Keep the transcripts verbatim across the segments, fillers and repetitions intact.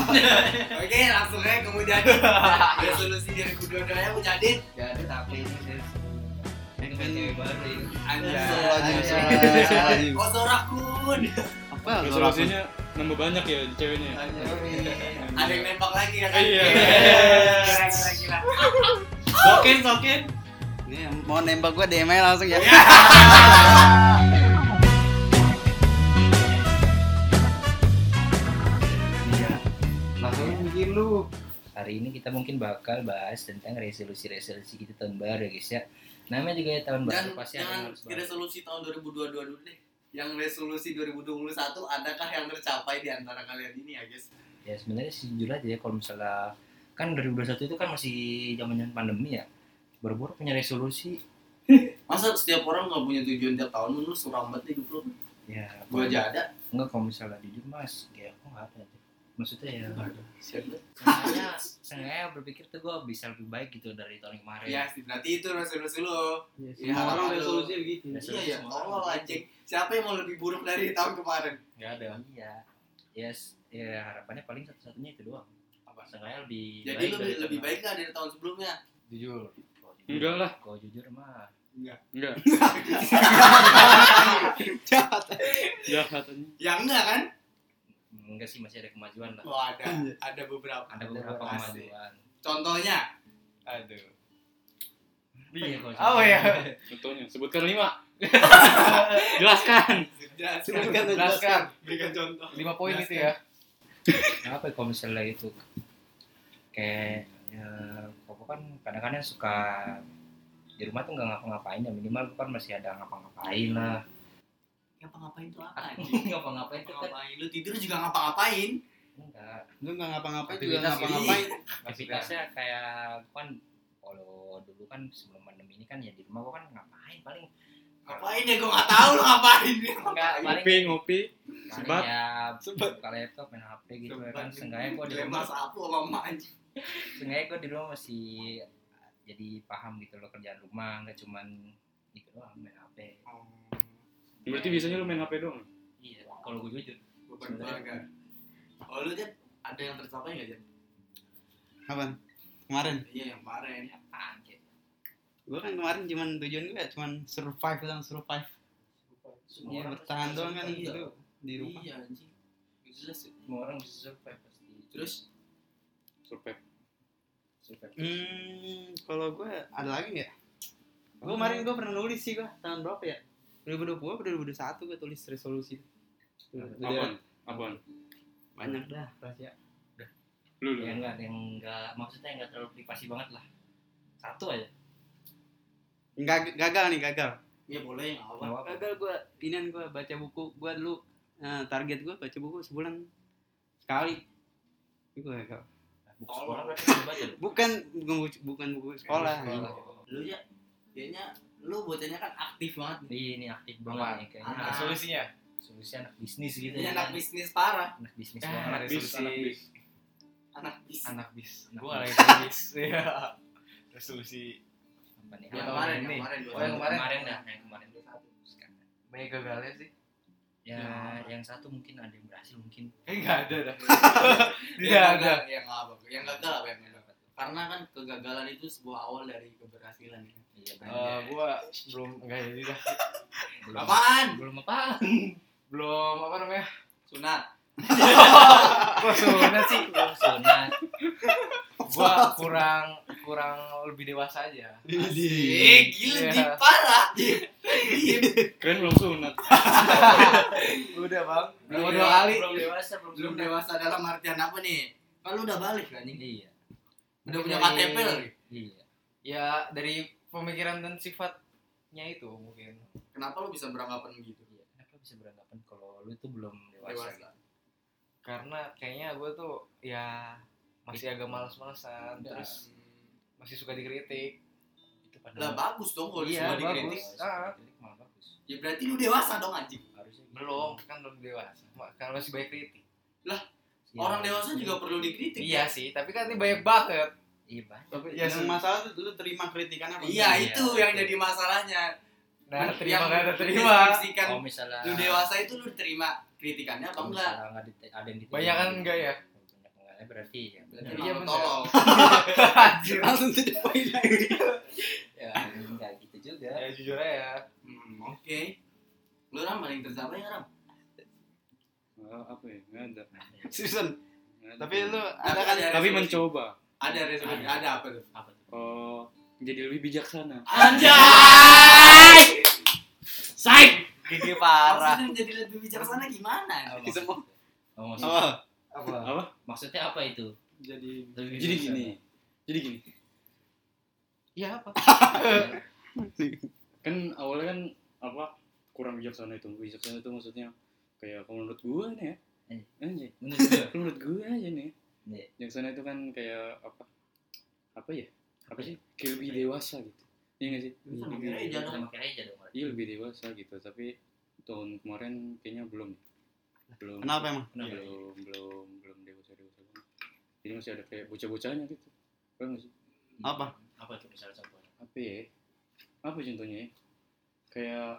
Oke, langsung aja kamu jadi. Resolusi dua ribu dua puluh dua nya aku jadi. Jadi tapi ini sih pengen cewek baru ini. Anjay. Oh, sorakun. Apa? Resolusinya nambah banyak ya di ceweknya. Ada yang nembak lagi kan? Iya. Gila, gila. Sokin, sokin. Nih mau nembak gua D M aja langsung ya. Iya. Langsung bikin lu. Hari ini kita mungkin bakal bahas tentang resolusi-resolusi kita tahun baru ya guys ya. Namanya juga ya tahun baru Dan pasti ada yang jangan harus di bahas. resolusi tahun dua ribu dua puluh dua dulu deh. Yang resolusi dua ribu dua puluh satu adakah yang tercapai di antara kalian ini ya guys? Ya sebenarnya sih jujur aja ya kalau misalnya kan dua ribu dua puluh satu itu kan masih zaman pandemi ya. Baru-baru punya resolusi. Masa setiap orang nggak punya tujuan tiap tahun, lu suram banget hidup lu. Ya, Gua aja ada. enggak kalau misalnya jujur Mas, ya aku enggak ada. Maksudnya ya Nggak ada. Siapa? Sengaja, sengaja berpikir tuh gue bisa lebih baik gitu dari tahun kemarin. Ya, berarti itu resolusi lu. Ya, Ya, semua orang harapan lu. resolusinya begitu. Iya ya, Allah anjing. Siapa yang mau lebih buruk dari tahun kemarin? Enggak ada. Iya. Yes, ya harapannya paling satu-satunya itu doang. Apa? Sengaja lebih Jadi baik lu dari lebih, lebih tahun baik nggak dari tahun sebelumnya? jujur. Kalau jujur- Enggak lah. Kalau jujur mah Enggak. Enggak. Jahat. Jahat aja. Ya enggak kan? enggak sih, masih ada kemajuan lah. Oh, ada. Ada beberapa. Ada beberapa Pasti. kemajuan. Contohnya, Aduh. Iya, kalau Oh, jujur. ya. Contohnya sebutkan lima. Jelaskan. jelaskan, Jelaskan. berikan contoh. lima poin Jelaskan. itu ya. Apa ya, kalau misalnya itu kayak ya Koko kan kadang-kadang suka di rumah tuh nggak ngapa-ngapain ya, minimal kan masih ada ngapa-ngapain lah. Ngapa-ngapain tuh apa anjing? Ngapa-ngapain tuh kan Ngapa-ngapain? Lu tidur juga ngapa-ngapain? enggak. Lu enggak ngapa-ngapain juga Aktivitas ngapa-ngapain. Aktivitasnya kayak kan kalau dulu kan sebelum pandemi ini kan ya di rumah gua kan ngapain paling Ngapain ya? Gua nggak tahu lu ngapain. enggak paling Ngopi, ngopi. paling sebat. ya Sebat. buka laptop main H P gitu ya Sebat. kan. Seenggaknya gua di Dilempar rumah sapu sama emak anjing. seenggaknya gua di rumah masih jadi paham gitu loh kerjaan rumah, nggak cuman gitu doang main H P. Berarti biasanya lu main H P doang. Iya, kalau gue jujur. Beban keluarga. Oh, lu Jan, ada yang tercapai nggak Jan? Apaan? Kemarin. Iya, yang kemarin. Apaan gitu? Gua kan kemarin cuman tujuan gua cuman survive doang, survive. Semua Iya, orang bertahan doang kan iya. gitu di rumah. Iya anjing. Jelas ya. Semua orang bisa survive pasti. Terus Survive. survive. Hmm, kalau gua ada lagi nggak? Gua kemarin gua pernah nulis sih gua tahun berapa ya? dua ribu dua puluh atau dua ribu dua puluh satu gua tulis resolusi. Apaan? Apaan? Banyak dah rahasia. Lu lu. Ya enggak, yang enggak maksudnya enggak terlalu privasi banget lah. Satu aja. Enggak gagal nih, gagal. ya boleh nggak apa. Enggak apa-apa. Gagal gua, pinian gua baca buku. Gua dulu eh, target gua baca buku sebulan sekali. Ini gua gagal. Buku sekolah berarti bisa baca lu. Bukan bukan bukan buku sekolah. Sekolah. Lu ya, kayaknya lu bocahnya kan aktif banget nih. Iya, ini aktif banget Apaan? nih kayaknya. Ah. Resolusinya. Solusi anak bisnis gitu Ini ya. anak bisnis parah. Anak bisnis Ah, banget. Anak bis, resolusi. anak bis. Anak bis. Anak bis. Anak Gua bis. lagi bis. Iya. Resolusi Apa nih? Yang Ah, kemarin, ini. yang kemarin. Oh, yang kemarin. kemarin dah, yang kemarin dua satu. banyak gagalnya sih. Ya, Ya. yang satu mungkin ada yang berhasil mungkin. Eh enggak ada dah. Yang Tidak ada. gagal, yang apa? Yang gagal apa yang gagal? Karena kan kegagalan itu sebuah awal dari keberhasilan ya. Iya, Eh, benar. gua belum enggak jadi dah. Belum Apaan? belum apaan? Belum apa namanya? Sunat. Kok sunat sih? Belum sunat. Gua kurang kurang lebih dewasa aja. Eh, gila Iya. di parah. Keren belum sunat. Udah, Bang. Belum Belum ya, dua kali. Belum dewasa, belum Belum sunat. dewasa dalam artian apa nih? Kan lu udah balik kan ini. Iya. Udah punya K Dari- T P lagi. Iya. Ya dari pemikiran dan sifatnya itu mungkin. Kenapa lu bisa beranggapan gitu? Iya. Kenapa bisa beranggapan kalau lu itu belum dewasa? Dewasa. Gitu? Karena kayaknya gue tuh ya masih agak malas-malasan, Udah. terus masih suka dikritik. Itu Lah padahal bagus dong kalau Iya, semua bagus. dikritik. Ah. Kritik malah bagus. Ya berarti lu dewasa dong anjing. Harusnya gitu. Belum, kan belum dewasa. Ma- Kan masih banyak kritik. Iya. Orang dewasa juga perlu dikritik. Iya sih, tapi kan ini banyak banget. Iya, banyak. Tapi ya, yang masalah tuh lu terima kritikan apa? Iya, Iya, itu yang betul. jadi masalahnya. Nah, Yang terima nggak ada terima. mendeskripsikan Kalau misalnya lu dewasa itu lu terima kritikannya apa kalau enggak? misalnya nggak dite- ada yang diterima Banyak kan gitu. enggak ya? Banyak enggak. berarti ya. Berarti Iya, emang bener. tolol. Anjir. Langsung to the point lagi. Ya enggak gitu juga. Ya jujur aja ya. Hmm, oke. Lu Ram paling tercapai ya Ram? Ah, apa ya? Nggak ada. Susan. Nggak ada. Tapi lu ada Ada kan kan Tapi resolusi? mencoba. Ada resolusi, Ada. ada apa tuh? Apa tuh? Oh, jadi lebih bijaksana. Anjay! Saik. Gigi parah. Maksudnya menjadi lebih bijaksana gimana? Kita mau Oh, maksudnya, apa? Apa? Apa? maksudnya apa itu? Jadi Lebih Jadi bijaksana. gini. Jadi gini. Iya apa? Kan awalnya kan apa? Kurang bijaksana itu. Bijaksana itu maksudnya kayak kalau menurut gua nih ya. Eh. Anjay. Menurut gue. Kalau menurut gua aja nih. Iya. Bijaksana itu kan kayak apa? Apa ya? Apa sih? Kayak lebih dewasa gitu. Iya nggak sih? Bisa pakai reja dong. Sama kayak aja dong. Iya lebih dewasa gitu. Tapi tahun kemarin kayaknya belum. Belum. Kenapa emang? Kenapa? Belum belum belum dewasa dewasa banget. Jadi masih ada kayak bocah-bocahnya gitu. Paham nggak sih? Apa? Apa tuh misalnya contohnya? Apa ya? Apa contohnya ya? Kayak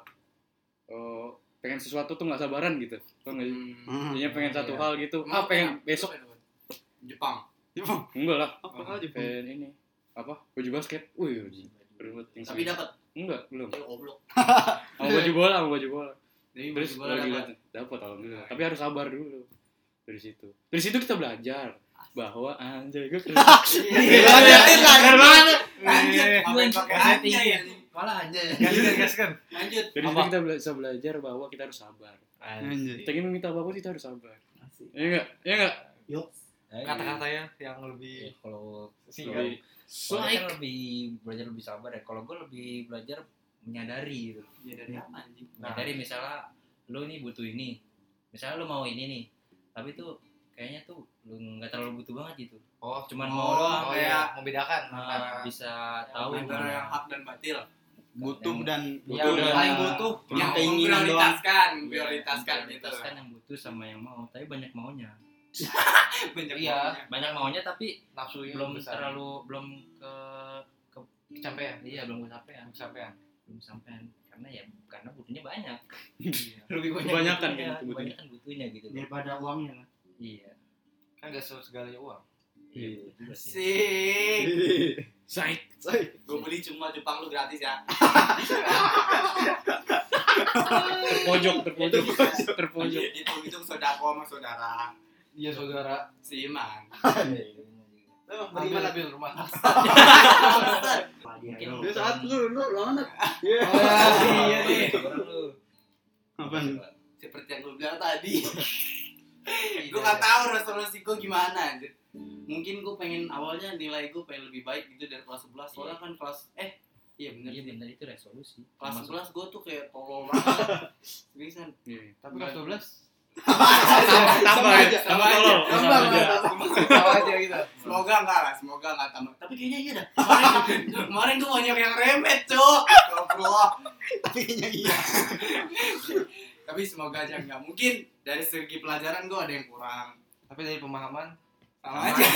eh, pengen sesuatu tuh nggak sabaran gitu. Paham nggak sih? Hmm. Jadinya pengen satu Iya. hal gitu. Emang Ah pengen apa? besok. Jepang. Jepang. Enggak lah. Apa aja? Pengen ini. Apa? Baju basket. Wih, ribet yang Tapi segini. dapat. Enggak, belum. Eh, goblok. Sama baju bola, sama baju bola. Jadi Terus bola lagi dapat. lihat dapat alhamdulillah. Tapi harus sabar dulu. Dari situ. Dari situ kita belajar bahwa anjay gue keren. Lanjutin lah. Keren banget. Lanjut. Eh, Ngapain eh, pakai eh, anjay tinggi. ya? Malah aja. Gaskan gaskan. Lanjut. Dari situ kita bela- bisa belajar bahwa kita harus sabar. Anjay. Kita ingin meminta apapun kita harus sabar. Iya enggak? Iya enggak? Kata-katanya yang lebih Ya, kalau singkat. Lebih kalau kan lebih belajar lebih sabar ya. Kalau gue lebih belajar menyadari gitu. Ya dari apa anjing? Nah. Menyadari misalnya lu nih butuh ini. Misalnya lu mau ini nih. Tapi tuh kayaknya tuh lu nggak terlalu butuh banget gitu. Oh, Cuman Oh, mau doang oh kayak iya, membedakan nah, antara bisa tahu Antara mana yang hak dan batil. Butuh dan Iya, butuh udah dan paling butuh. Yang keinginan doang. memprioritaskan, Iya, prioritaskan gitu. memprioritaskan yang butuh sama yang mau. Tapi banyak maunya. Banyak Iya. maunya. Banyak maunya tapi nafsunya belum besar. terlalu belum ke ke Kecapean. iya belum kesampaian. Kecapean. Belum sampean karena ya karena butuhnya banyak. Lebih banyak. Kebanyakan butuhnya, gitu butuhnya. kebanyakan butuhnya gitu. daripada uangnya kan. Iya. Kan gak segalanya uang. Iya. juga sih. Sik. Saik. Gue beli cuma Jepang lu gratis ya. Terpojok, terpojok, terpojok. Itu itu saudara sama saudara. Iya saudara. Si Iman. Di mana bil rumah? Mungkin Dia saat lu lu lu anak. Iya nih. Apa? Seperti yang gue bilang tadi. Gue gak tahu resolusi gue gimana anjir. Mungkin gue pengen awalnya nilai gue pengen lebih baik gitu dari kelas sebelas. Soalnya kan kelas eh iya bener Iya sih. benar itu resolusi. Kelas Termasuk- sebelas gue tuh kayak tolol banget. Seriusan. Iya. Tapi kelas dua belas Tambah aja, tambah tolol. Sama aja. sama aja gitu. Semoga enggak lah, semoga enggak tambah. Tapi kayaknya iya dah. Kemarin, kemarin gue banyak yang remet, Cuk. Goblok. Tapi kayaknya iya. Tapi semoga aja enggak. Mungkin dari segi pelajaran gue ada yang kurang. Tapi dari pemahaman Sama aja.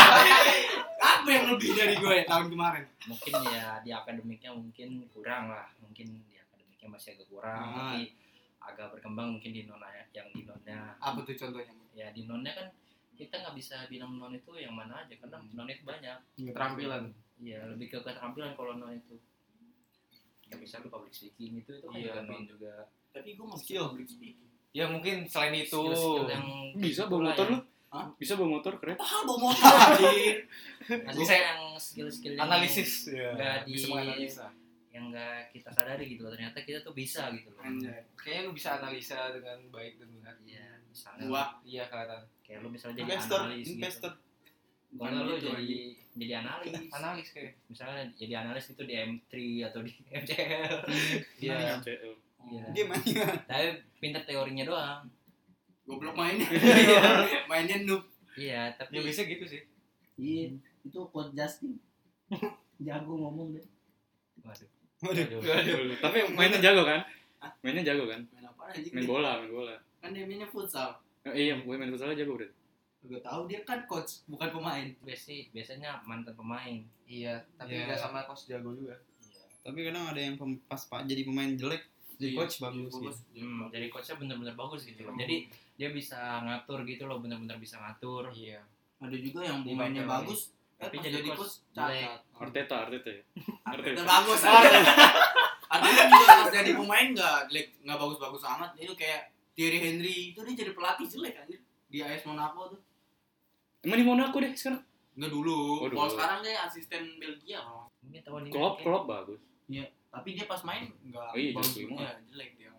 Apa yang lebih dari gue ya tahun kemarin? mungkin ya di akademiknya mungkin kurang lah. Mungkin di akademiknya masih agak kurang Ah. tapi agak berkembang mungkin di nona yang di nonnya. Apa tuh contohnya? Ya di nonnya kan kita nggak bisa bilang non itu yang mana aja karena non itu banyak. keterampilan. Iya lebih ke keterampilan kalau non itu. Ya bisa lu public speaking itu itu kan Iya, juga non. non juga. Tapi gue nggak Skill. bisa public speaking. Ya mungkin selain itu Skill-skill yang Bisa gitu bawa lah motor yang- lu? Hah? Bisa bawa motor keren. Ah, bawa motor anjir. Maksudnya yang skill-skill yang analisis ya. nggak di Bisa menganalisa. yang nggak kita sadari gitu loh. Ternyata kita tuh bisa gitu loh. Anjay. Kayaknya lu bisa analisa dengan baik dan benar. Iya misalnya Gua Iya kelihatan. kayak lu misalnya jadi Investor, analis investor. gitu. Kalau lu Gitu, jadi jadi analis. Analis kayak. Misalnya jadi analis itu di M tiga atau di M C L. Iya. C L. Iya. Dia mainnya. Tapi pinter teorinya doang. goblok mainnya. Mainnya noob. Iya, Ya tapi biasa gitu sih. Iya, itu quote Justin. Jago ngomong deh. waduh. Waduh. Tapi mainnya jago kan? Mainnya jago kan? Main apa anjing? Main bola, main bola. Kan dia mainnya futsal. Eh, iya, gue main futsal jago berarti. Gue tahu dia kan coach, bukan pemain. Biasanya biasanya mantan pemain. Iya, tapi Iya. nggak sama coach jago juga. Tapi kadang ada yang pem- pas pak jadi pemain jelek, jadi Iya, coach bagus. bagus. Gitu. Hmm, jadi coachnya bener-bener bagus gitu loh. Jadi dia bisa ngatur gitu loh, bener-bener bisa ngatur. Iya. Ada juga yang Di pemainnya Bangkok. bagus, eh Tapi pas jadi jadi coach coach jelek. cacat. Arteta, Arteta ya. Arteta Arteta. bagus. Arteta juga pas jadi pemain nggak jelek, nggak bagus-bagus amat. Itu kayak Thierry Henry itu dia jadi pelatih jelek anjir di A S Monaco tuh. Emang di Monaco deh sekarang. Nggak dulu. Oh, dulu. Kalau sekarang dia asisten Belgia kalau. Mungkin tahun ini Klopp, kayak- Klopp bagus. Iya. Tapi dia pas main nggak Oh iya, bagus, jago banget. ya, jelek dia.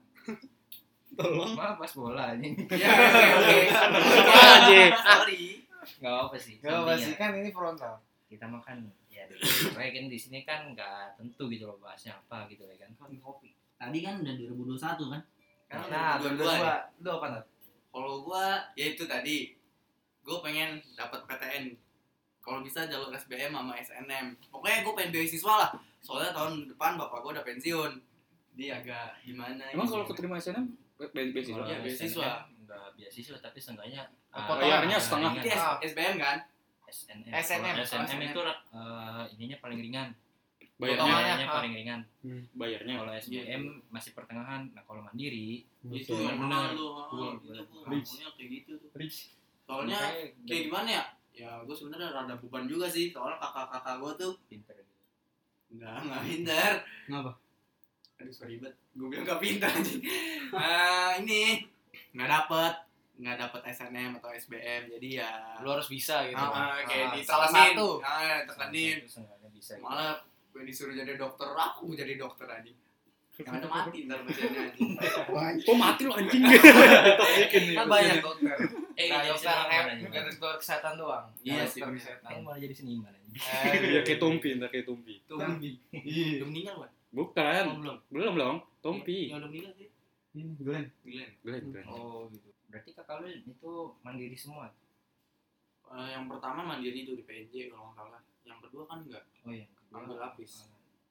Malah pas bola anjing. Ya, oke oke. Aja. Sorry. Enggak apa sih. Gak apa Penting sih ya. kan ini frontal. Kita makan ya kayak kan di sini kan nggak tentu gitu loh bahasnya apa gitu ya kan. Kopi. Tadi kan udah dua ribu dua puluh satu kan? Sekarang Nah, dua dua dua. Lu apa Nat? Kalau gua ya itu tadi. Gua pengen dapat P T N. Kalau bisa jalur S B M sama S N M. Pokoknya gua pengen beasiswa lah. Soalnya tahun depan bapak gua udah pensiun. Dia agak gimana Emang gitu. kalau keterima S N M be- beasiswa. Kalau Iya, beasiswa. S N M nggak beasiswa tapi seenggaknya Oh, ah, bayarnya ah, setengah. ringan. Itu S- Ah. SBM kan? S N M. S N M. Kalau S N M S N M. itu eh, ininya paling ringan. Bayarnya, Potongannya, Bayarnya ah. paling ringan. bayarnya. Kalau S B M masih pertengahan. Nah kalau mandiri Itu Betul. yang Bener. mahal lu. ah, Betul. Itu gua Rich. maunya kayak gitu tuh. Rich. Soalnya makanya kayak gimana ya? Ya gua sebenarnya rada beban juga sih. Soalnya kakak-kakak gua tuh pinter gitu. Enggak, enggak pintar. Kenapa? Aduh, sorry banget. Gue bilang enggak pintar anjing. Ah, ini enggak dapet enggak dapet S N M atau S B M. Jadi ya Lu harus bisa gitu. ah, ah, kayak Ah, di salah tekanin. satu. Ah, tekanin. Itu seenggaknya bisa. Gitu. Malah gue disuruh jadi dokter, aku mau jadi dokter anjing. Yang ada mati ntar kerjanya anjing. Kok mati lu anjing? Kan banyak dokter. Eh Nah, jadi dokter seniman em- anjing. bukan dokter kesehatan doang. Iya Dokter sih, bener. kesehatan. Kan malah jadi seniman anjing. Iya kayak Tompi, entar kayak Tompi. Tompi. Iya. Udah meninggal, Wan? Bukan. Oh, belum. Belum belum. Tompi. Yang udah meninggal sih. Ini Glenn. Glenn. Glenn, Glenn. Oh gitu. Berarti kakak lu itu mandiri semua. Eh, yang pertama mandiri itu di P N J kalau nggak salah. Yang kedua kan enggak. Oh iya. Ambil lapis.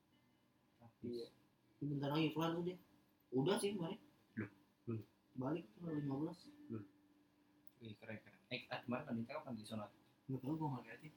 Iya. Bentar lagi keluar tuh dia. Udah sih kemarin. Belum. Belum. Balik tuh lima belas. Wih keren keren. Eh ah, kemarin kan nikah kapan di Sonat? Enggak tahu gua enggak liatin.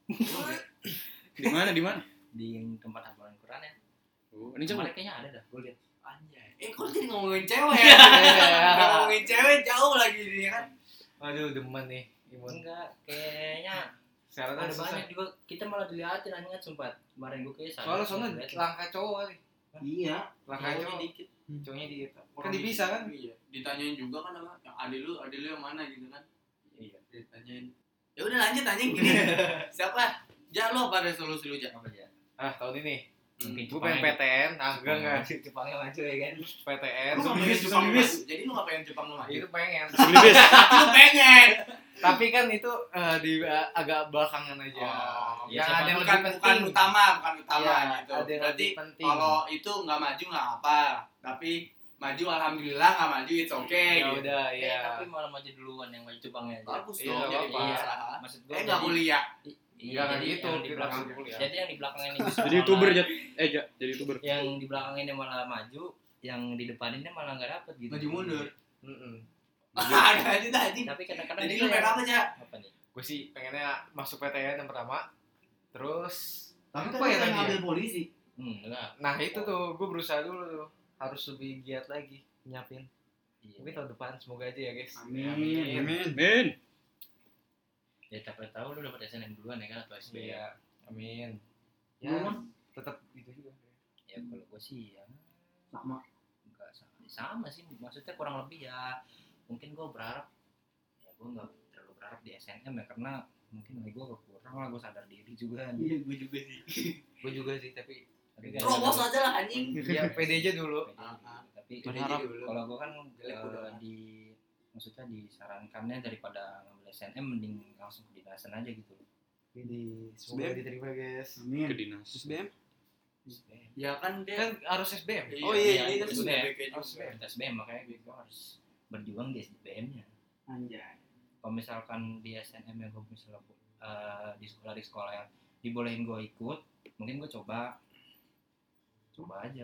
Di mana? Di mana? Di tempat hafalan Quran ya. Oh, ini coba. Kemarin kayaknya ada dah. Gue lihat. Anjay. Eh kok jadi ngomongin cewek ya? Udah ngomongin cewek jauh lagi ini kan. Aduh, demen nih. Imun. Enggak, kayaknya Syaratnya ada susah. banyak juga. Kita malah dilihatin anjing kan sempat. Kemarin gue kayak Soalnya soalnya langka cowok kali. Iya. Langka Cowoknya cowok. dikit. Cowoknya dikit. Kan Orang dipisah kan? Iya. Ditanyain juga kan sama yang adik lu, adik lu yang mana gitu kan. Iya. Ditanyain. Ya udah lanjut anjing gini. Siapa? Ja lu apa resolusi lu, Ja? Apa ya? Ah, tahun ini. Mungkin Gue pengen P T N. Ah, enggak enggak. Jepangnya maju ya kan. P T N. Lu nggak pengen Jepang maju. Jadi lu nggak pengen Jepang lu maju? Itu pengen. Belibis. Lu pengen. Tapi kan itu eh, di eh, agak belakangan aja. Oh, yang siapa ada yang bukan, lebih bukan penting. utama, bukan utama Iya, gitu. ada yang Berarti lebih penting. kalau itu nggak maju nggak apa, tapi maju alhamdulillah, nggak maju it's okay. Ya gitu. udah, Eh, ya. tapi malah maju duluan yang maju Jepangnya aja. Bagus Iya, dong, jadi apa-apa. pengusaha. Maksud gue Eh nggak kuliah. Iya, Jangan jadi gitu, yang di kita belakang langsung kuliah. Jadi yang di belakang ini justru Jadi malah- YouTuber Jat. Eh, Ja, jadi YouTuber. yang di belakang ini malah maju, yang di depan ini malah nggak dapet gitu. Maju mundur. Mm-mm. Ada aja tadi. Tapi kadang-kadang Jadi itu lu pengen yang- apa aja? apa nih? Gue sih pengennya masuk P T N yang pertama. Terus Tapi apa kan ya kita tadi? ngambil ya? polisi. Hmm, enggak. Nah, itu tuh gue berusaha dulu tuh. Harus lebih giat lagi nyiapin. Iya. Mungkin tahun depan semoga aja ya, guys. Amin. Amin. Amin. Ya tapi tahu lu dapat S N M duluan ya kan atau S B M. Iya, amin. Lu Ya, kan tetap gitu juga. Ya kalau gue sih ya sama. enggak sama. Sama sih maksudnya kurang lebih ya. Mungkin gue berharap ya gue nggak terlalu berharap di S N M ya karena mungkin nilai gue kurang lah, gue sadar diri juga. Iya, gue juga sih. Gue juga sih, tapi Tapi kan Terobos aja lah anjing. ya pede aja dulu. pede Ah, gitu. ah. Tapi Berharap dulu. kalau gue kan Jelek eh, udah. di maksudnya disarankannya daripada ngambil S N M mending langsung ke dinasan aja gitu. Jadi semoga S B M. diterima, guys. Ke Amin. dinas. S B M. S B M. Ya kan dia. Kan harus S B M. Iya, Oh, iya, iya, iya, itu iya. S B M Harus juga. S B M makanya gue harus berjuang di S B M-nya. Anjay. Kalau misalkan di S N M yang gue misalnya eh, di sekolah di sekolah yang dibolehin gue ikut, mungkin gue coba coba aja.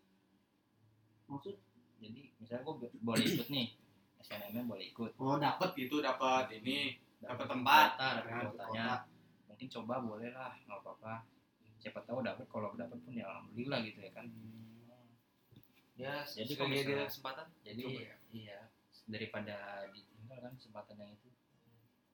Maksud? Jadi misalnya gue boleh ikut nih, S N M-nya boleh ikut, Oh, dapat. Dapat itu dapat ini. Dapat dapat tempat. kuota, dapat Nah, kuotanya. Mungkin coba boleh lah, nggak apa-apa. Siapa tahu dapat, kalau dapat pun ya alhamdulillah gitu ya kan. Ya, Jadi jadi kalau kalau dia misalnya- ada kesempatan, Jadi coba ya. iya daripada ditinggal kan kesempatan yang itu.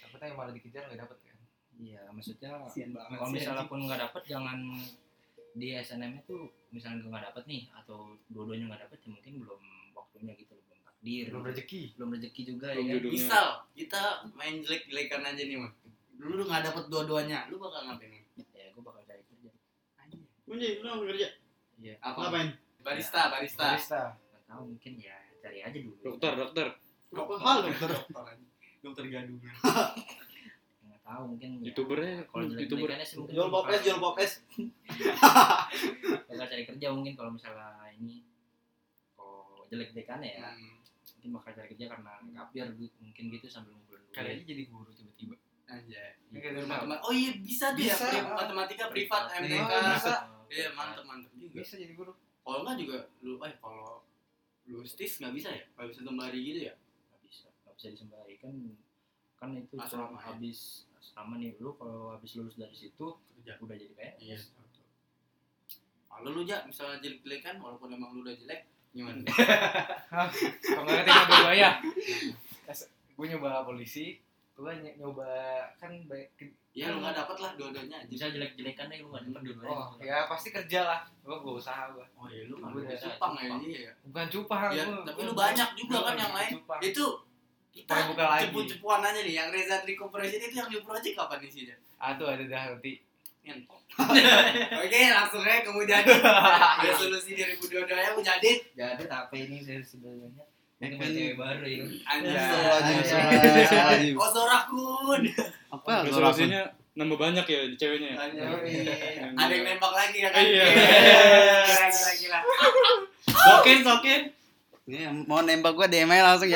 Takutnya yang malah dikejar nggak dapet kan. Iya, maksudnya Kasian banget kalau sih, misalnya anjing. pun nggak dapet, jangan di S N M itu misalnya gue nggak dapet nih atau dua-duanya nggak dapet, ya mungkin belum waktunya gitu, belum takdir, Belum rezeki. belum rezeki juga Belum ya kan. jodohnya. Misal kita main jelek-jelekan aja nih mah. Lu lu nggak dapet dua-duanya, lu bakal ngapain? Ya gue bakal cari kerja. Anjing, lu mau kerja? Iya. Apa? Ngapain? Barista, barista. Barista. Nggak tahu, mungkin ya cari aja dulu. Dokter, dokter. Apa hal dokter? Dokter gadungan. Nggak tahu, mungkin ya, Youtubernya, kalau youtuber. jelek-jelekannya sih mungkin Jual bakal- popes, jual popes. bakal cari kerja mungkin kalau misalnya ini kalau jelek-jelekannya ya. Hmm. Mungkin bakal cari kerja karena kapir gitu, mungkin gitu sambil ngumpulin duit. Kali aja jadi guru tiba-tiba. Anjay. Ini kayak dari Matema- oh iya bisa tuh ya, Bisa. pri- matematika privat M T K. Oh, bisa. Iya, mantep mantep juga. Bisa jadi guru. Kalau enggak juga lu eh kalau lu stis nggak bisa ya? Nggak bisa sembari gitu ya? Nggak bisa nggak bisa disembari kan kan itu Asrama, cuma ya? habis asrama nih, lu kalau habis lulus dari situ Kerja. udah jadi P N S. Iya. Kalau lu ja misalnya jelek-jelekan walaupun emang lu udah jelek gimana? Kalau nggak ketika dua-duanya. Gue nyoba polisi, gue ny- nyoba kan baik. Ya lu nggak dapet lah dua-duanya aja. Bisa jelek-jelekan deh, lu nggak dapet dua-duanya. Oh, ya pasti kerja lah. Gue gue usaha gue. Oh iya lu nggak Udah, bisa cupang ya cupang. ini ya. Bukan cupang. Ya, gua- tapi gua- lu banyak juga gua kan yang lain. cupang. Itu kita Boleh buka lagi. cepu-cepuan aja nih yang Reza Triko Presiden itu yang new project kapan isinya? Ah tuh ada dah nanti. Ngentot. Oke, langsung aja kamu jadi. Resolusi dua ribu dua puluh dua nya mau jadi. Jadi tapi ini saya sebenarnya Ya ini kan. cewek baru ya. Anjay. Astagfirullahaladzim. Oh Zorakun. Apa? Resolusinya nambah banyak ya di ceweknya. ya? Anjay. Ada yang nembak lagi ya kan? Iya. Gila gila gila. Sokin, sokin. Ini mau nembak gua D M aja langsung ya.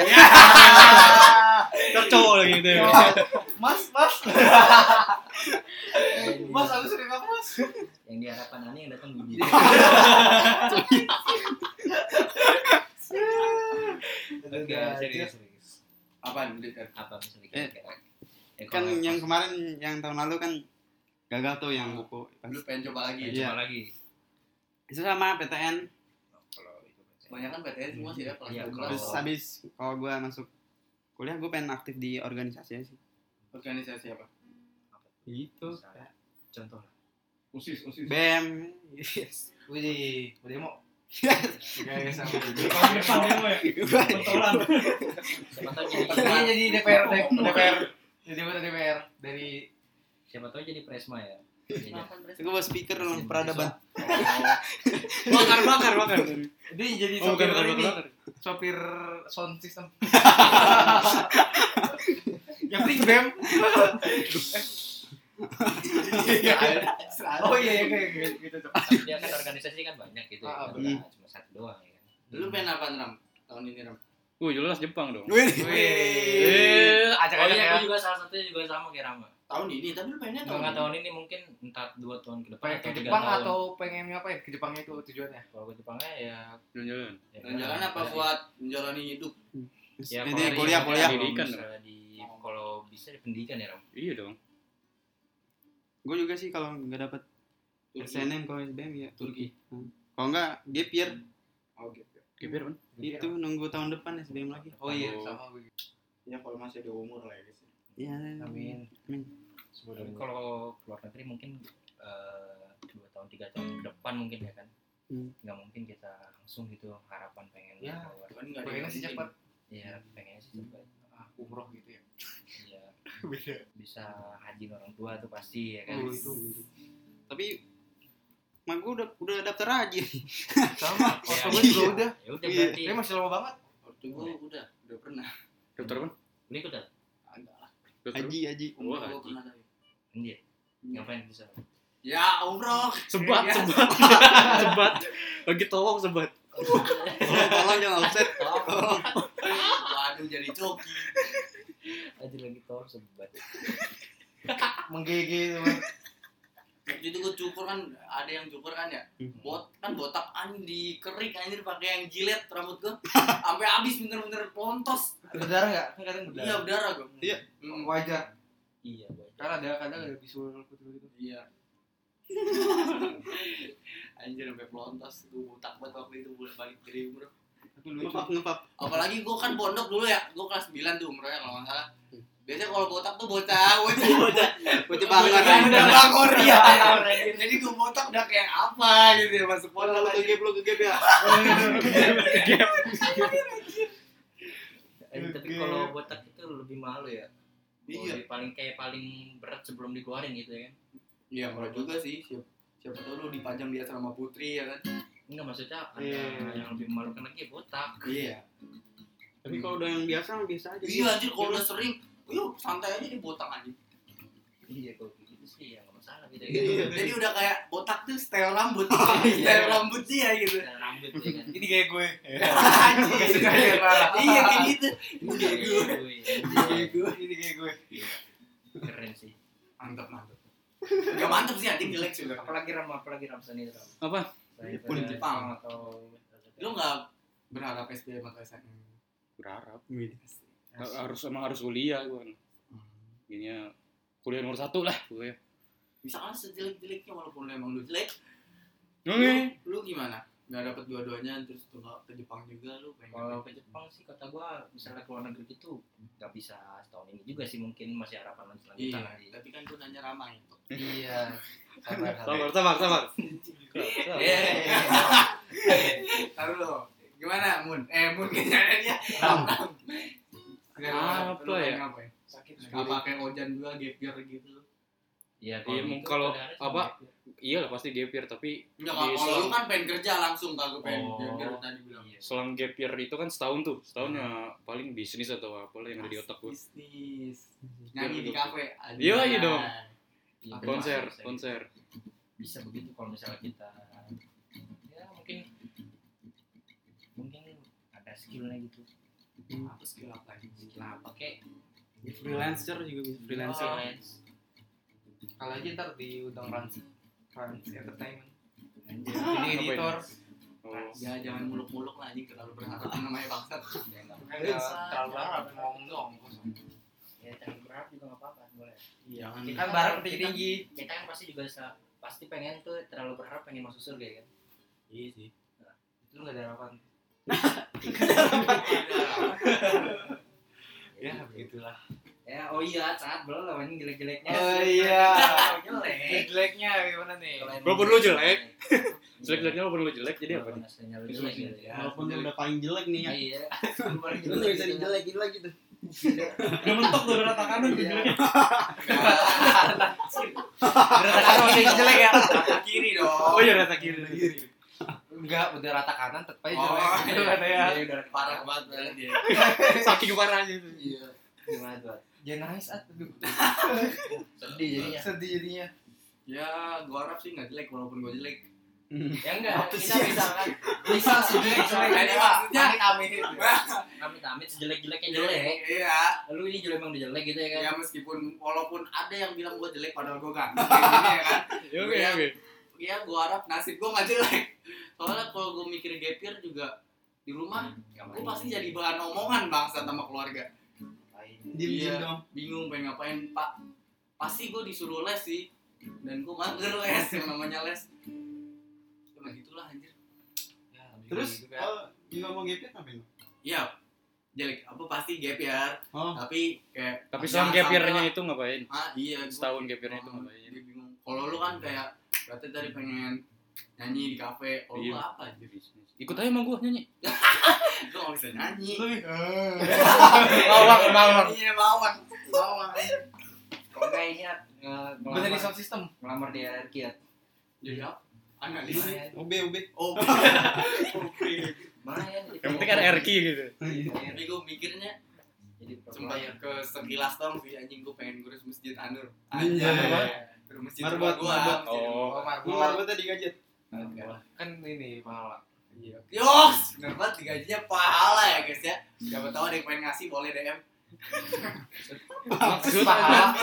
Cocok lagi gitu ya. Mas, mas. Mas, aku sering apa mas? Yang diharapkan Ani yang datang Budi. Oke, serius serius. Apaan? Dekat. Apa misalnya Eh, kira-kira? Eh, Kan kalau yang pas- kemarin yang tahun lalu kan gagal tuh yang buku. Lu pengen coba lagi? Ya, Iya. coba lagi. Itu sama P T N. Kalau itu Banyak kan P T S semua sih ya kelas Iya, dua belas. Terus Oh. habis kalau gua masuk kuliah gua pengen aktif di organisasi aja sih. Organisasi apa? Gitu. Misalnya, contoh lah. Usis, usis. B E M. Wih, udah demo. Gak sama. Tahun depan demo ya. Pentolan. Siapa tahu jadi Iya jadi D P R, D P R. Jadi anggota D P R dari siapa tahu jadi presma ya. Jadi, Gua bawa speaker dalam peradaban. Bakar, bakar, bakar. dia jadi Oh, bukan sopir bakar, ini, bakar. sopir sound system. Yang penting B E M. Oh iya iya kayak gitu gitu tuh. tapi dia kan organisasi kan banyak gitu ya. Ah, kan? benar. Nggak cuma satu doang ya kan. Lu pengen apa Ram? Tahun ini Ram? Wih, jelas Jepang dong. Wih. Wih, Oh acak-acak iya, ya. aku juga salah satunya juga sama kayak Rama. Tahun ini, tapi lu pengennya Kalau tahun nggak ini. tahun ini mungkin entah dua tahun ke depan Pengen atau ke tiga Jepang tahun. atau pengen ngapain? Ke Jepangnya itu tujuannya. Kalau ke Jepangnya ya, Jalan-jalan. ya Jangan apa ya, buat menjalani hidup? Ya, Ini kalau kuliah di- kuliah. kalau Pendidikan misalnya di kalau bisa di pendidikan ya Ram. Iya dong. Gue juga sih kalau nggak dapat S N M kalau S B M ya Turki. kalau nggak gap year Oh gitu. G P R kan? itu nunggu tahun depan S B M lagi. Oh iya Oh. sama gue. Ya kalau masih ada umur lah ya guys. Iya. Amin. Tapi kalau keluar negeri mungkin eh, dua tahun tiga tahun ke depan mungkin ya kan. Hmm. Nggak mungkin kita langsung gitu harapan pengen Ya. keluar. Kan nggak ada Pengennya yang sih penting. cepat. Iya, pengennya sih cepat. Ah, umroh gitu ya. Iya, Beda. bisa haji orang tua tuh pasti ya kan. Oh itu. Tapi mak gue udah udah daftar aja. Sama. Ya, Waktu gue juga udah. Ya udah Iya. berarti. Dia masih lama banget. Waktu gua udah, udah pernah. Dokter kan? Lu ikut kan? Agak lah. Dokter. Haji haji. Umur Wah, gua haji. pernah tapi. Iya. Ngapain bisa? Ya umroh. Sebat, Ya. sebat. Sebat. Lagi tolong sebat. Tolong tolong jangan offset. Waduh jadi coki. Aja lagi tolong sebat. Menggigit itu. Waktu itu gua cukur kan, ada yang cukur kan ya. Bot kan botak anjing dikerik anjir pakai yang jilet rambut gua. Sampai habis bener-bener pontos. Berdarah enggak? Kan kadang berdarah. Iya berdarah gua. Iya. Hmm. Wajar. Iya, wajar. Karena ada kadang ada bisul putih gitu. Iya. Anjir sampai pelontos, gue butak banget waktu itu bulan balik dari umroh. Tapi lucu. Ngepap ngepap. Apalagi gue kan pondok dulu ya, gue kelas sembilan tuh umrohnya kalau nggak salah. Biasanya kalau botak tuh bocah, bocah, bocah, Bocah bangor. bocah bangor ya. Jadi gue botak udah kayak apa gitu ya masuk Lu bola ke gap lu ke gap ya. Eh, tapi kalau botak itu lebih malu ya. Iya. Kalau paling kayak paling berat sebelum dikeluarin gitu ya kan. Iya, kalau juga sih. Siapa, siapa tahu lu dipajang di asrama putri ya kan. Enggak, maksudnya ada Iya. yang lebih memalukan lagi botak. Iya. Tapi kalau udah yang biasa mah biasa aja. Iya anjir kalau udah sering, yuk santai aja di botak aja. Iya, kalau gitu sih ya enggak masalah gitu ya. Iya. Jadi udah kayak botak tuh style rambut, style rambut dia gitu. Dan rambut ya kan. Ini kayak gue. Anjir. Kayak parah. Iya kayak gitu. Ini Iya, kayak gue. gue. Kayak gue. Ini kayak gue. Keren sih. Mantap mantap. Gak mantap sih anjing jelek sih udah. Apalagi ram apalagi ram seni ram. Apa? Pun Jepang. Atau Lu nggak berharap S B M atau S N M? Berharap. Harus emang harus kuliah gue kan. Gini kuliah nomor satu lah gue. Misalkan sejelek-jeleknya walaupun lu emang lu jelek, Oke. lu, lu gimana? Gak dapet dua-duanya terus tuh ke Jepang juga lu pengen. kalau ke Jepang sih kata gua misalnya ke luar negeri gitu nggak bisa setahun ini juga sih, mungkin masih harapan selanjutnya Iya, nanti. tapi kan gua nanya ramah itu. Iya. Sabar, Sabar, sabar, sabar. Iya. Taruh lo. Gimana Mun? Eh Mun kayaknya dia. Apa ya? Sakit. Apa kayak Ojan juga gap year gitu. Iya, Iya, gitu, mungkin kalau ada-ada apa, sama gitu. Iya lah pasti gap year, tapi Enggak, di kalau selang, lu kan pengen kerja langsung kagak pengen Oh. gap year tadi bilang. Iya. selang gap year itu kan setahun tuh. Setahunnya paling bisnis atau apa lah yang ada di otak gue. Bisnis. Nyanyi di kafe. Iya, iya dong. Iya, Konser, bisa, bisa. konser. Bisa begitu kalau misalnya kita ya mungkin mungkin ada skillnya gitu. Apa skill apa lagi? Skill apa kek? Freelancer juga bisa freelancer. Freelance. Kalau aja ntar diundang Rans Rans Entertainment. Anjir. Jadi Ngapain? editor. Oh. Ya jangan muluk-muluk lah anjing terlalu berharap namanya bangsat. Ya, nggak Kan nggak terlalu berharap ngomong doang. ya jangan berharap juga nggak apa-apa boleh. Jangan. Kan barang tinggi tinggi. Kita kan pasti juga sa- pasti pengen tuh terlalu berharap pengen masuk surga ya kan. Iya sih. Itu nggak ada harapan. Ya begitulah. Ya oh iya saat belum lah ini jelek-jeleknya. Oh iya. Jelek. Jeleknya gimana nih? Kalau emang Walaupun lu jelek. Jelek-jeleknya walaupun lu jelek jadi apa Kalau nih? aslinya lu jelek gitu ya. Walaupun dia udah paling jelek nih ya. Iya. Lu nggak bisa dijelekin lagi tuh. Udah mentok tuh rata kanan tuh Iya. jeleknya. Rata kanan udah jelek ya. Rata kiri dong. Oh iya rata kiri. Enggak, udah rata kanan tetep aja Oh, jelek. Gitu iya. kan ya. Iya, udah Parah banget banget dia. Saking parahnya itu. Iya. Gimana tuh? Jangan nangis at. Aduh. Sedih jadinya. Sedih jadinya. Ya, gua harap sih nggak jelek walaupun gua jelek. Ya enggak, Apa kita sih? bisa kan. Bisa sejelek jelek Ini maksudnya- amit amit amit sejelek jeleknya jelek. Iya. Lalu ini jelek emang udah jelek gitu ya kan. Ya meskipun walaupun ada yang bilang gua jelek padahal gua ganteng kayak gini ya kan. Oke oke. Ya gua harap nasib gua nggak jelek. Soalnya kalau gua mikir gap year juga di rumah, gua pasti jadi bahan omongan bangsa sama keluarga. Diem-diem Iya. dong. Bingung pengen ngapain Pak. Pasti gua disuruh les sih. Dan gua mager les yang namanya les. Cuma gitulah anjir. Ya, Terus gitu kan. kalau nggak mau gap year ngapain? Iya. Jelek apa pasti gap year. Oh. Tapi kayak Tapi jangan selang gap sampai year-nya lah. itu ngapain? Ah iya. gua- Setahun gap year-nya itu Oh, ngapain? dia bingung. Kalau lu kan kayak berarti tadi pengen nyanyi di kafe. Kalau Iya. gua apa anjir? Ikut aja sama gua nyanyi. Gua nggak bisa nyanyi. Lawak, lawak. Iya bawang. Bawang. Kok enggak ini At, nge- Bener di ngelamar- sound system. ngelamar di R K ya. Jadi apa? Analis. O B O B. Oh. Mana ya? Yang penting kan R Q gitu. Tapi gua mikirnya Jadi sempat perempuan. ke sekilas dong sih anjing gua pengen ngurus masjid Anur. Iya. Ngurus masjid Marbot, rumah gua. marbot. masjid rumah Oh. gua. Marbot. Keluar gue tadi gadget. Kan ini pahala. Iya. Yos, bener banget digajinya pahala ya guys ya. Siapa tahu ada yang pengen ngasih boleh D M. Maksud Pahala.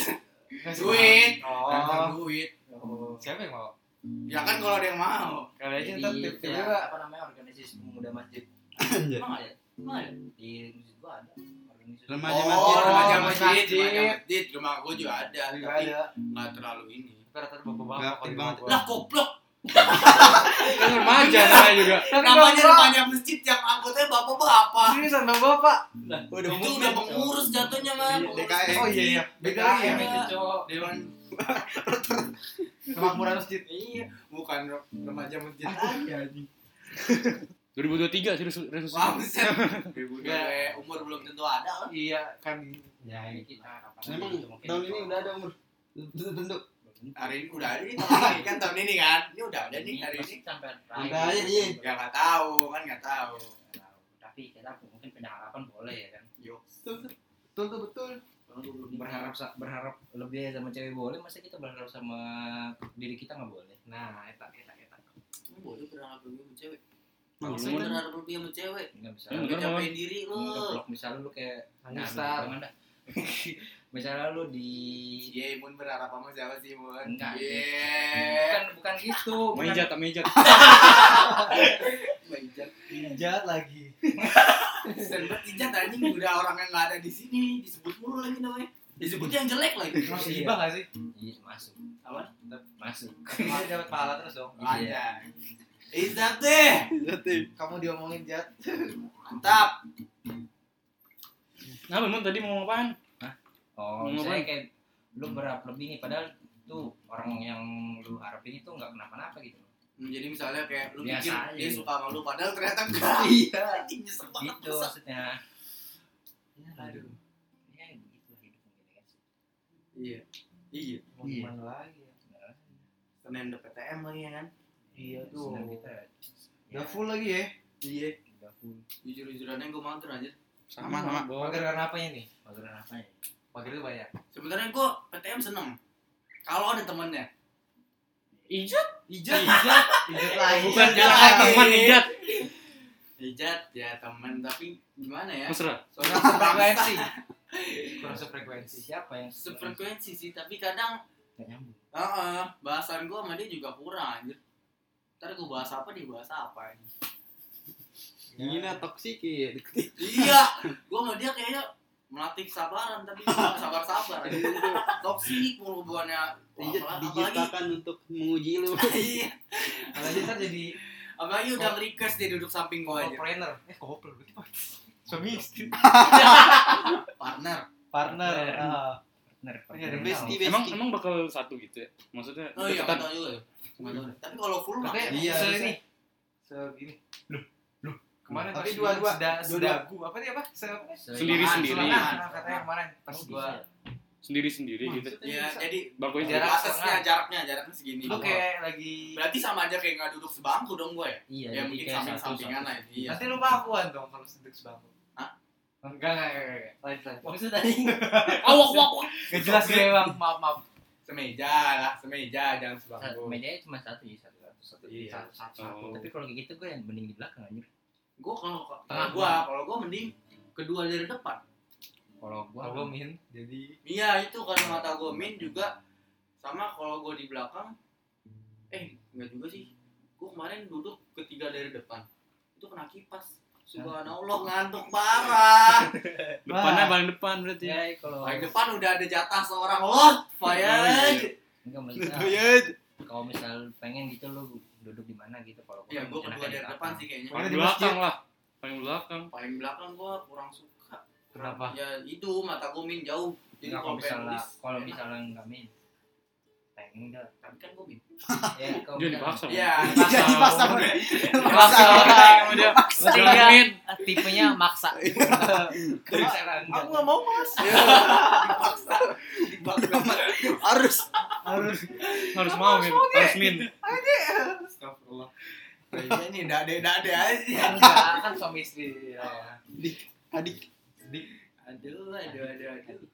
Duit. Oh. Tentang duit. Oh. Siapa yang mau? Ya kan kalau ada yang mau. Kali aja Jadi, ntar ya, tiba-tiba apa namanya organisasi pemuda masjid. Anjir. Emang ada? Emang ada? Di masjid gua ada. Organisasi. Remaja Oh, masjid. remaja Oh, masjid, masjid. remaja masjid. Rumah gua juga ada, juga tapi ada. nggak terlalu ini. Rata-rata bapak-bapak. Nggak aktif kalau di banget. bawah. Lah goblok, Kan remaja namanya juga. Tapi Namanya Bapak- namanya masjid yang anggotanya bapak-bapak. Seriusan bapak-bapak. Udah Itu udah pengurus jatuhnya mah. Iya, D K M. Oh iya iya. Beda lagi ya. Iya. Cowok. Dewan Kemakmuran masjid. iya, bukan remaja masjid lagi anjing. dua ribu dua puluh tiga sih resolusi. Wah, buset. Gue umur belum tentu ada lah. Iya kan. Ya ini kita kapan Emang gitu, mungkin tahun kalau- ini udah ada umur bentuk. Hari ini udah ada nih tahun ini kan tahun ini kan. Ini udah ada nih hari ini. sampai Udah aja, iya. Ya nggak tahu kan nggak tahu. Tapi kita mungkin punya harapan boleh ya kan. Yuk. Betul tuh. Betul tuh betul. Berharap sa- berharap lebih sama cewek boleh, masa kita berharap sama diri kita nggak boleh? Nah, eta eta eta. Boleh berharap lebih sama cewek. Maksudnya kan Berharap lebih sama cewek. Nggak bisa. Hmm, Lu bener, capain diri lu. Ngeblok misalnya lu kayak Hanya nah, star. jangan dah. Misalnya lu di Iya, Mun berharap sama siapa sih, Mun? Enggak. Iya. bukan bukan gitu. bukan- Mejat, mejat. Bijak. Ijat lagi. Serbat ijat anjing udah orang yang nggak ada di sini disebut mulu lagi namanya. Disebut yang jelek lagi. Masuk Iya. hibah enggak sih? Iya masuk. Apa? Masuk. Dia dapat pahala terus dong. Ada. Izat deh. Kamu diomongin Jat. Mantap. Nah, Mun tadi mau ngomong apaan? Oh, Mau misalnya ngapain? kayak lu berharap lebih nih, padahal tuh orang yang lu harapin itu nggak kenapa-napa gitu. Hmm, Jadi misalnya kayak lu Biasa pikir aja dia gitu. suka sama lu padahal ternyata enggak. Iya. Anjing nyesek banget. Gitu masa. maksudnya. Ya, aduh. Ya gitu lah hidup mungkin kan. Iya. Iya. Mau gimana lagi ya? Nah, Senin udah P T M lagi ya kan? Iya tuh. senang kita. Udah full lagi ya. Iya. Udah full. Jujur-jujurannya gue mager aja. Sama, sama. Bro. Pagar karena apanya nih? Mageran apa ya? Pagar itu banyak. Sebenarnya gue P T M seneng. Kalau ada temennya. Ijat. Ijat. Ijat. Ijat lagi. Bukan Ijat jalan lagi. teman ijat. Ijat ya temen tapi gimana ya? Mesra. Soalnya Kurang sefrekuensi. Kurang sefrekuensi. Siapa yang sefrekuensi sih tapi kadang nggak nyambung? Heeh, bahasan gue sama dia juga kurang anjir. Ntar gue bahas apa nih, bahas apa ini. Gina toksik ya. Iya, gue sama dia kayaknya melatih kesabaran tapi gue gak sabar-sabar. Toksik mulu hubungannya. Iya, Apalagi, diciptakan untuk menguji lu. iya. Apalagi ntar jadi Apalagi udah nge-request dia duduk samping gue aja. co-planner. Eh, co-planner berarti apa? Suami istri. Partner. Partner. Partner. Ah. Bener, Iya, the bener. bestie, bestie. Emang emang bakal satu gitu ya? Maksudnya Oh iya, deketan. gak tau juga. Nggak tahu deh. Tapi kalau full mah Tapi Iya, se bisa. ini. Segini. Loh, loh. Kemarin Tapi pas dua-dua. seda- Dua-dua. sedagu apa nih apa? Se apa? Sendiri-sendiri. Selengan, katanya kemarin pas Oh, gua bisa. Sendiri-sendiri gitu. Iya, jadi Bangkunya Jarak jarak. batasnya setengah. jaraknya, jaraknya segini. lu kayak lagi Berarti sama aja kayak nggak duduk sebangku dong gue ya? Iya, Ya jadi mungkin kayak samping-sampingan satu- lah. Iya. nanti lu pengakuan dong kalau duduk sebangku. Hah? Enggak, enggak, enggak, enggak. Lanjut, lanjut. Maksud tadi Awak, awak, awak. Gak jelas gue bang, maaf, maaf. Semeja lah, semeja jangan sebangku. medianya cuma satu ya, satu satu satu. Iya. Satu, satu, satu. Oh. Tapi kalau kayak gitu gue yang mending di belakang anjir. Gue kalau kalau Tengah. gua kalau gua mending kedua dari depan. Kalau gue Kalau gue min, jadi Iya itu karena mata gue min juga sama kalau gue di belakang. Eh nggak juga sih. Gue kemarin duduk ketiga dari depan. Itu kena kipas. Subhanallah ngantuk parah. Depannya Wah. paling depan berarti. ya kalau Paling depan udah ada jatah seorang lot. Fayad. enggak maksudnya Ya, kalau misal pengen gitu lu duduk di mana gitu kalau gua Iya kan gue enaknya kedua di dari belakang. depan sih kayaknya. Paling Di belakang lah. Paling belakang. Paling belakang gue kurang suka. kenapa? Ya itu mata gue min jauh. Jadi Enggak, kalau kalau pengen misalnya nulis, kalau enak. misalnya enggak min pengen enggak Tapi kan gue min. ya kalau Dia misalnya- dipaksa. Iya. Jadi dipaksa. Maksa orang sama dia. Berarti Jangan enggak, min. tipenya maksa Aku nggak mau mas. Dipaksa. Dipaksa. Harus. Harus. Harus mau min. Harus min. Astagfirullah. Kayaknya nih dade-dade aja. Enggak, kan suami istri. Ya. Adik. Aduh, aduh, aduh, aduh.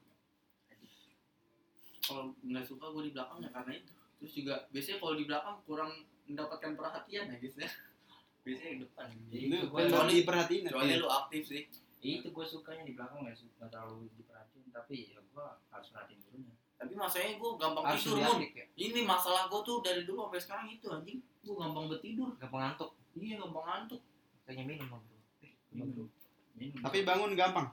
Kalau nggak suka gue di belakang ya karena itu. Terus juga biasanya kalau di belakang kurang mendapatkan perhatian ya guys ya. Biasanya di depan. Jadi Itu itu kan gua lebih diperhatiin. Kecuali lu aktif sih. itu gue sukanya di belakang nggak suka nggak terlalu diperhatiin tapi ya gue harus perhatiin dulunya Tapi masalahnya gue gampang Harus tidur, Mun. diadik ya. Ini masalah gue tuh dari dulu sampai sekarang itu anjing. Gue gampang bertidur. Gampang ngantuk. Iya, gampang ngantuk. Kayaknya minum bang bro. Eh, Minum. bro. Minum. Tapi bangun gampang.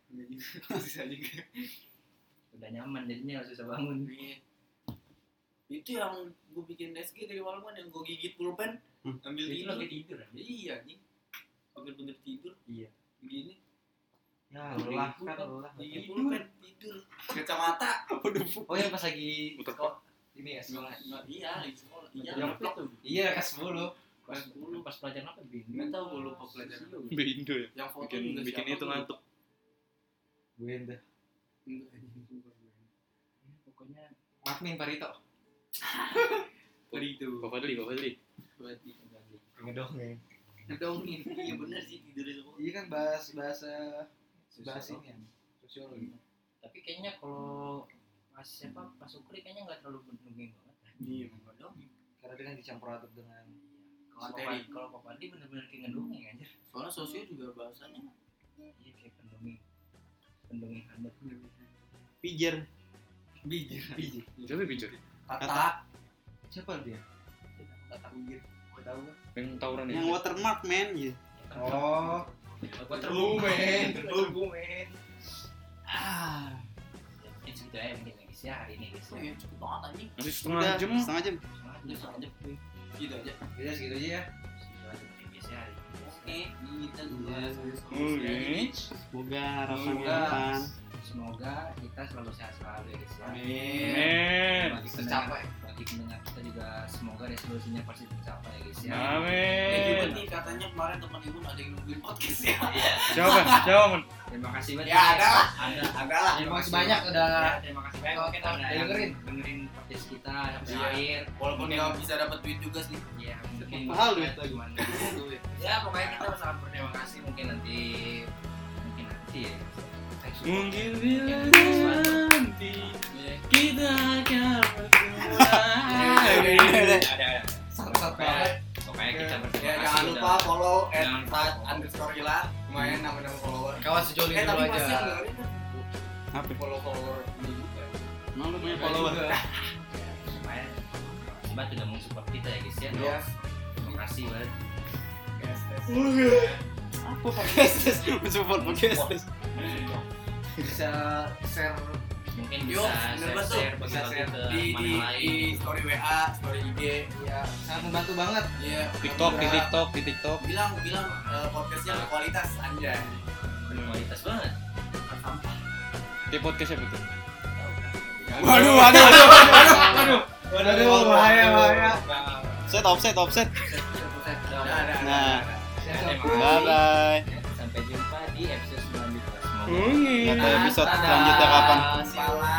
Susah juga. udah nyaman jadinya nggak susah bangun Iya. Itu yang gue bikin S G dari malam kan, yang gue gigit pulpen, Hmm. ambil Itu tidur. lagi tidur ya? Iya anjing. Bener-bener tidur. Iya. Begini. Ya, lelah kan lelah. Gigit pulpen, tidur. Kacamata. Oh yang pas lagi Muter. kok ini ya sekolah. Nah, iya, lagi sekolah. Iya, Yang ngeplok. Iya kelas sepuluh. Pas dulu. Pas pelajaran apa bin? Nggak tahu gue lupa pelajaran. Bindo ya. Yang foto Bikin juga bikin siapa itu tuh? ngantuk. Gue dah. Enggak, anjing, bukan gue. Pokoknya Makmin Parito. Tadi itu. Pak Fadli, Pak Fadli. Berarti Ngedongeng. ngedongin. Iya bener sih, tidur semua. Iya kan bahas bahasa bahas ini ya. Sosiologi. tapi kayaknya kalau pas siapa pas Ukri kayaknya nggak terlalu mendungin banget. Iya, enggak dong. Karena dia kan dicampur aduk dengan Kalau Materi. Papa- kalau Papa Adi bener-bener kayak ngedongeng aja. Soalnya sosio juga bahasanya Iya kayak pendongeng. Pendongeng handap. Pijer. bijir. Pijer. Siapa bicara? Kata. siapa dia? Kata bijir. Gak tahu kan. Yang tawuran Yang ya. watermark man gitu. Oh, Gua terbumen, terbumen. Ah. Ya segitu aja mungkin lagi sih hari ini guys. Oh iya, cepet banget anjing. Masih setengah Udah jam. setengah jam. Udah aja. Gitu aja. Udah segitu aja ya. Segitu aja mungkin guys ya hari ini. Oke, kita juga Oke. Semoga harapan Semoga. harapan. Semoga kita selalu sehat selalu ya guys ya. Amin. Amin. Bagi pendengar, Tercapai. bagi pendengar kita juga semoga resolusinya pasti tercapai ya guys ya. Eh juga Amin. nih katanya kemarin teman ibu ada yang nungguin podcast ya. Siapa? Siapa, Mon? Terima kasih banyak. Ya ada lah. Ada. Ada lah. Terima kasih banyak udah Ya, terima kasih banyak Oh, mungkin oh, udah udah yang dengerin. dengerin podcast kita sampai Iya. akhir. Walaupun nggak bisa dapat duit juga sih. Ya mungkin Mahal duit lagi. cuman ya pokoknya kita sangat berterima kasih mungkin nanti mungkin nanti ya. Mungkin bila Sesuatu. nanti kita akan Ada, ada. Ada ada. sat-sat banget. Pokoknya kita berterima Ya kasih. jangan udah- lupa follow at Jangan lupa fat follow. underscore gila. Lumayan nama-nama follower. Kawan sejoli Eh dulu tapi pasti yang aja. dengerin kan Apa? follow follower ini juga. Emang lu punya Juga. follower? Ya, lumayan. Sibat udah mensupport kita ya guys ya. Iya. Terima kasih banget. Apa podcast? Mensupport podcast. Bisa share Mungkin Yo, bisa bener banget tuh. share-share Bisa bagi-bagi share ke Di teman di yang lain. di story W A, story I G. ya sangat membantu banget. Iya. TikTok, di TikTok, di TikTok. Bilang bilang eh, podcastnya berkualitas anjay. Berkualitas banget. Sampah. Di podcast apa tuh? Waduh, waduh, waduh, waduh. Waduh, bahaya bahaya. Offset, offset, offset. Ada ada. Nah. Terima kasih. Bye bye. Sampai jumpa di episode selanjutnya. Semoga Mungkin. Nggak tahu episode Dadah. selanjutnya kapan. Salah.